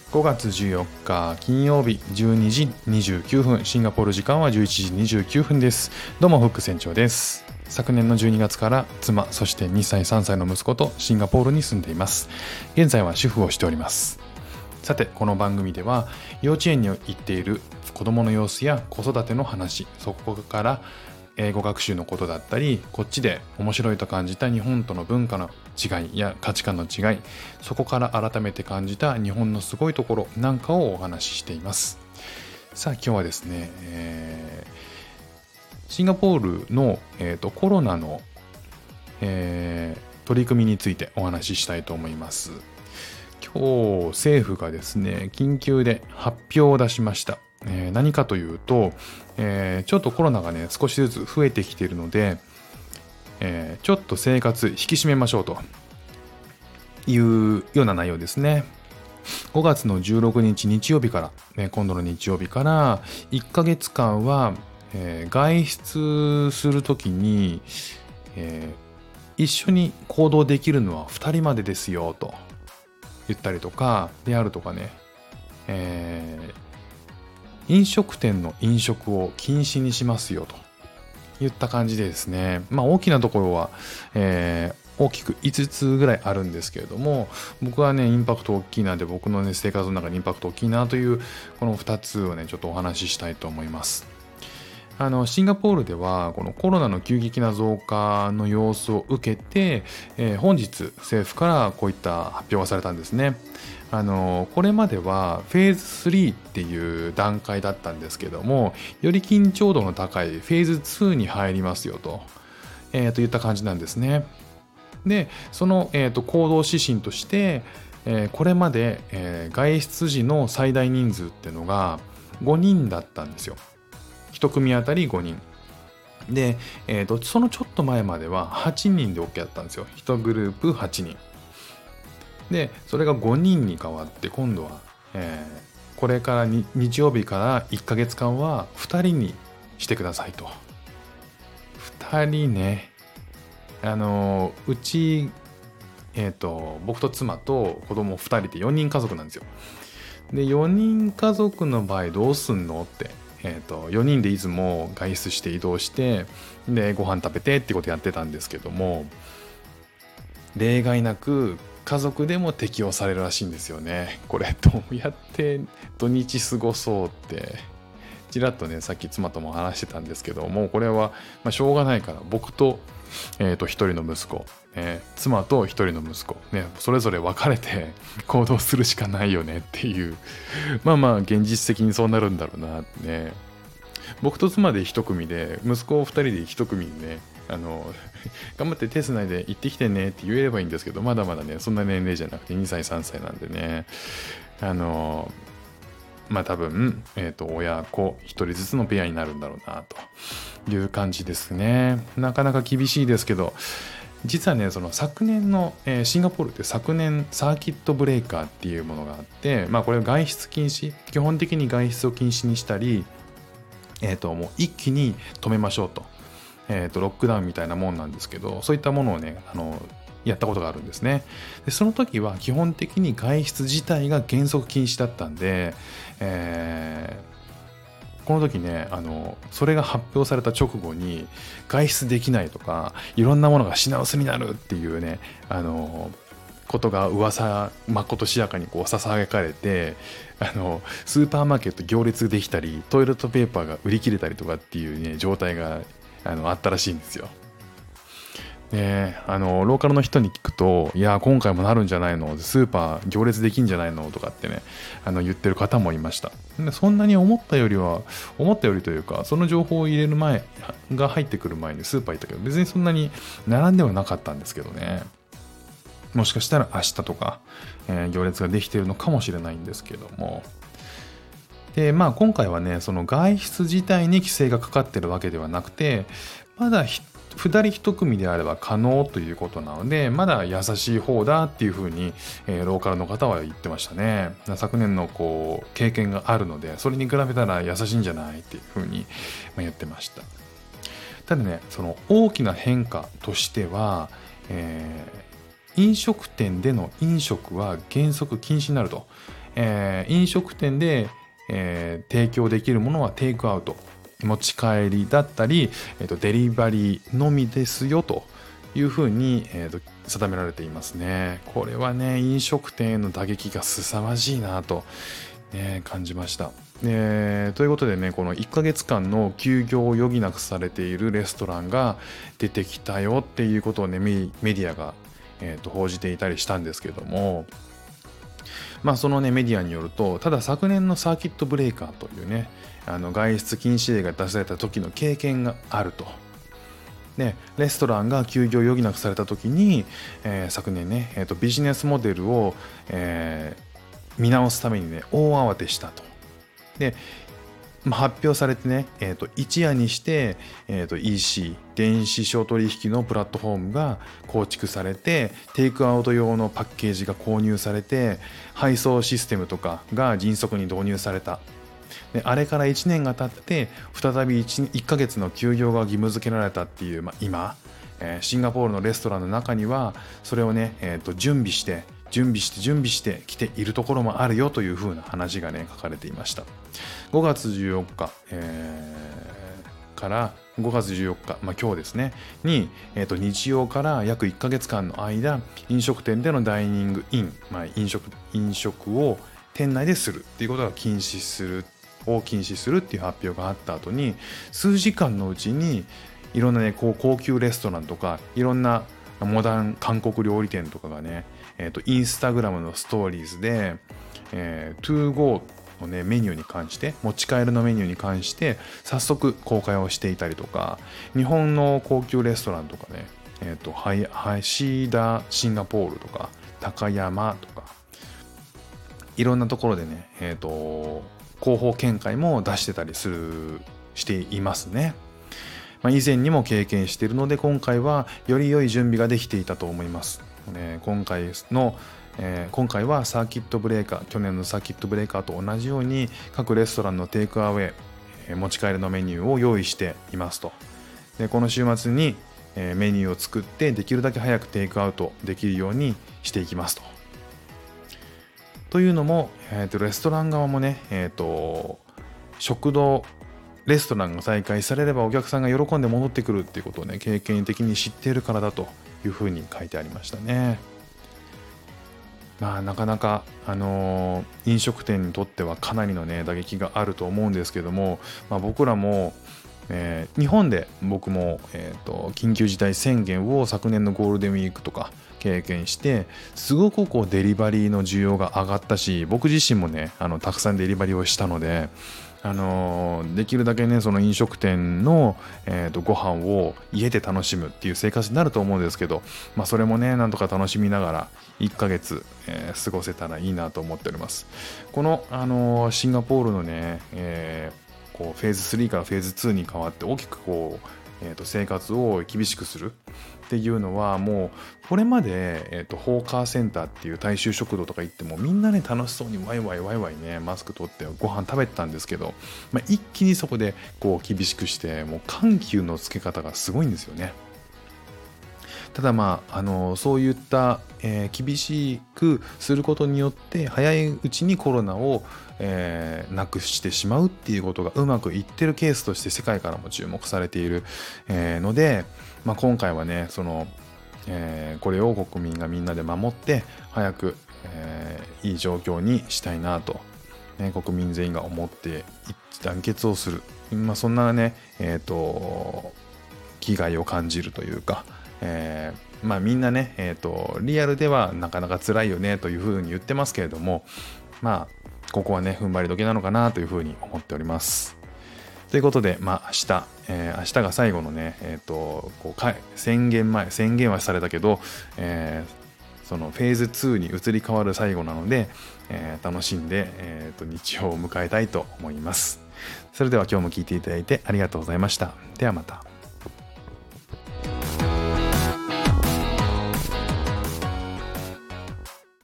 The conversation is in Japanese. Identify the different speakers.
Speaker 1: 5月14日金曜日12時29分、シンガポール時間は11時29分です。どうもフック船長です。昨年の12月から妻、そして2歳3歳の息子とシンガポールに住んでいます。現在は主婦をしております。さて、この番組では幼稚園に行っている子供の様子や子育ての話、そこから英語学習のことだったり、こっちで面白いと感じた日本との文化の違いや価値観の違い、そこから改めて感じた日本のすごいところなんかをお話ししています。さあ今日はですね、シンガポールの、コロナの、取り組みについてお話ししたいと思います。今日政府がですね、緊急で発表を出しました。何かというと、ちょっとコロナがね少しずつ増えてきているので、ちょっと生活引き締めましょうというような内容ですね。5月の16日日曜日から、今度の日曜日から1ヶ月間は、外出するときに、一緒に行動できるのは2人までですよと言ったりとかであるとかね、飲食店の飲食を禁止にしますよといった感じでですね、大きなところは、大きく5つぐらいあるんですけれども、僕はねインパクト大きいなで、僕のね生活の中にインパクト大きいなというこの2つをねちょっとお話ししたいと思います。シンガポールではこのコロナの急激な増加の様子を受けて、本日政府からこういった発表がされたんですね。これまではフェーズ3っていう段階だったんですけども、より緊張度の高いフェーズ2に入りますよと、いった感じなんですね。で、その、行動指針として、これまで、外出時の最大人数っていうのが5人だったんですよ。1組あたり5人。で、そのちょっと前までは8人で OK だったんですよ。1グループ8人。で、それが5人に変わって、今度は、これから日曜日から1ヶ月間は2人にしてくださいと。2人ね。うち、僕と妻と子供2人で4人家族なんですよ。で、4人家族の場合どうすんのって。4人でいつも外出して移動して、で、ご飯食べてってことやってたんですけども、例外なく家族でも適用されるらしいんですよね。これどうやって土日過ごそうってちらっとねさっき妻とも話してたんですけども、これはしょうがないから僕と一人の息子、妻と一人の息子ね、それぞれ分かれて行動するしかないよねっていう、現実的にそうなるんだろうなってね。僕と妻で一組で、息子を二人で一組にね、頑張って手つないで行ってきてねって言えればいいんですけど、まだまだねそんな年齢じゃなくて2歳3歳なんでね、多分、親子一人ずつのペアになるんだろうなという感じですね。なかなか厳しいですけど、実はねその昨年の、シンガポールって昨年サーキットブレーカーっていうものがあって、これ外出禁止、基本的に外出を禁止にしたり、もう一気に止めましょうと、ロックダウンみたいなもんなんですけど、そういったものをねやったことがあるんですね。でその時は基本的に外出自体が原則禁止だったんで、この時ねそれが発表された直後に外出できないとかいろんなものが品薄になるっていうねことが噂まことしやかにこう捧げかれて、スーパーマーケット行列できたりトイレットペーパーが売り切れたりとかっていうね状態があったらしいんですよ。ローカルの人に聞くと、いや今回もなるんじゃないの、スーパー行列できんじゃないのとかってね言ってる方もいました。でそんなに思ったよりというか、その情報を入れる前が入ってくる前にスーパー行ったけど、別にそんなに並んではなかったんですけどね。もしかしたら明日とか、行列ができているのかもしれないんですけども、で今回はねその外出自体に規制がかかってるわけではなくて、まだ2人1組であれば可能ということなので、まだ優しい方だっていうふうに、ローカルの方は言ってましたね。昨年のこう経験があるので、それに比べたら優しいんじゃないっていうふうに言ってました。ただねその大きな変化としては、飲食店での飲食は原則禁止になると、 飲食店で、提供できるものはテイクアウト、持ち帰りだったり、デリバリーのみですよというふうに、定められていますね。これはね、飲食店への打撃が凄まじいなと、感じました。ということでね、この1ヶ月間の休業を余儀なくされているレストランが出てきたよっていうことをね、メディアが、報じていたりしたんですけども、そのね、メディアによると、ただ昨年のサーキットブレーカーというね、外出禁止令が出された時の経験があると。で、レストランが休業を余儀なくされた時に、昨年ね、ビジネスモデルを、見直すためにね、大慌てしたと。で、発表されてね、一夜にして、EC 電子商取引のプラットフォームが構築されて、テイクアウト用のパッケージが購入されて、配送システムとかが迅速に導入された。で、あれから1年が経って再び 1ヶ月の休業が義務付けられたっていう、今、シンガポールのレストランの中にはそれをね、準備してきているところもあるよというふうな話がね書かれていました。5月14日、から5月14日、今日ですねに、日曜から約1ヶ月間の間、飲食店でのダイニングイン、飲食を店内でするっていうことが禁止するっていう発表があった後に、数時間のうちにいろんなね、高級レストランとかいろんなモダン韓国料理店とかがね、インスタグラムのストーリーズで、to go のね、メニューに関して、持ち帰りのメニューに関して早速公開をしていたりとか、日本の高級レストランとかね、橋田シンガポールとか高山とかいろんなところでね、広報見解も出してたりしていますね。以前にも経験しているので、今回はより良い準備ができていたと思います。今回はサーキットブレーカー、去年のサーキットブレーカーと同じように各レストランのテイクアウェイ、持ち帰りのメニューを用意していますと。で、この週末にメニューを作ってできるだけ早くテイクアウトできるようにしていきますと。というのも、レストラン側もね、レストランが再開されればお客さんが喜んで戻ってくるっていうことをね、経験的に知っているからだというふうに書いてありましたね。なかなか、飲食店にとってはかなりのね、打撃があると思うんですけども、僕らも、日本で僕も、緊急事態宣言を昨年のゴールデンウィークとか経験して、すごくデリバリーの需要が上がったし、僕自身もね、たくさんデリバリーをしたので、できるだけね、その飲食店の、ご飯を家で楽しむっていう生活になると思うんですけど、それもね、なんとか楽しみながら1ヶ月、過ごせたらいいなと思っております。この、シンガポールのね、フェーズ3からフェーズ2に変わって大きく生活を厳しくするっていうのは、もうこれまで、ホーカーセンターっていう大衆食堂とか行ってもみんなね、楽しそうにワイワイね、マスク取ってご飯食べてたんですけど、一気にそこで厳しくして、もう緩急のつけ方がすごいんですよね。ただそういった、厳しくすることによって早いうちにコロナを、なくしてしまうっていうことがうまくいってるケースとして世界からも注目されている、ので、今回はね、これを国民がみんなで守って早く、いい状況にしたいなと、国民全員が思って一致団結をする、そんなね、気概を感じるというか、みんなね、リアルではなかなか辛いよねというふうに言ってますけれども、ここはね、踏ん張り時なのかなというふうに思っております。ということで、明日が最後のね、宣言はされたけど、そのフェーズ2に移り変わる最後なので、楽しんで、日曜を迎えたいと思います。それでは今日も聞いていただいてありがとうございました。ではまた。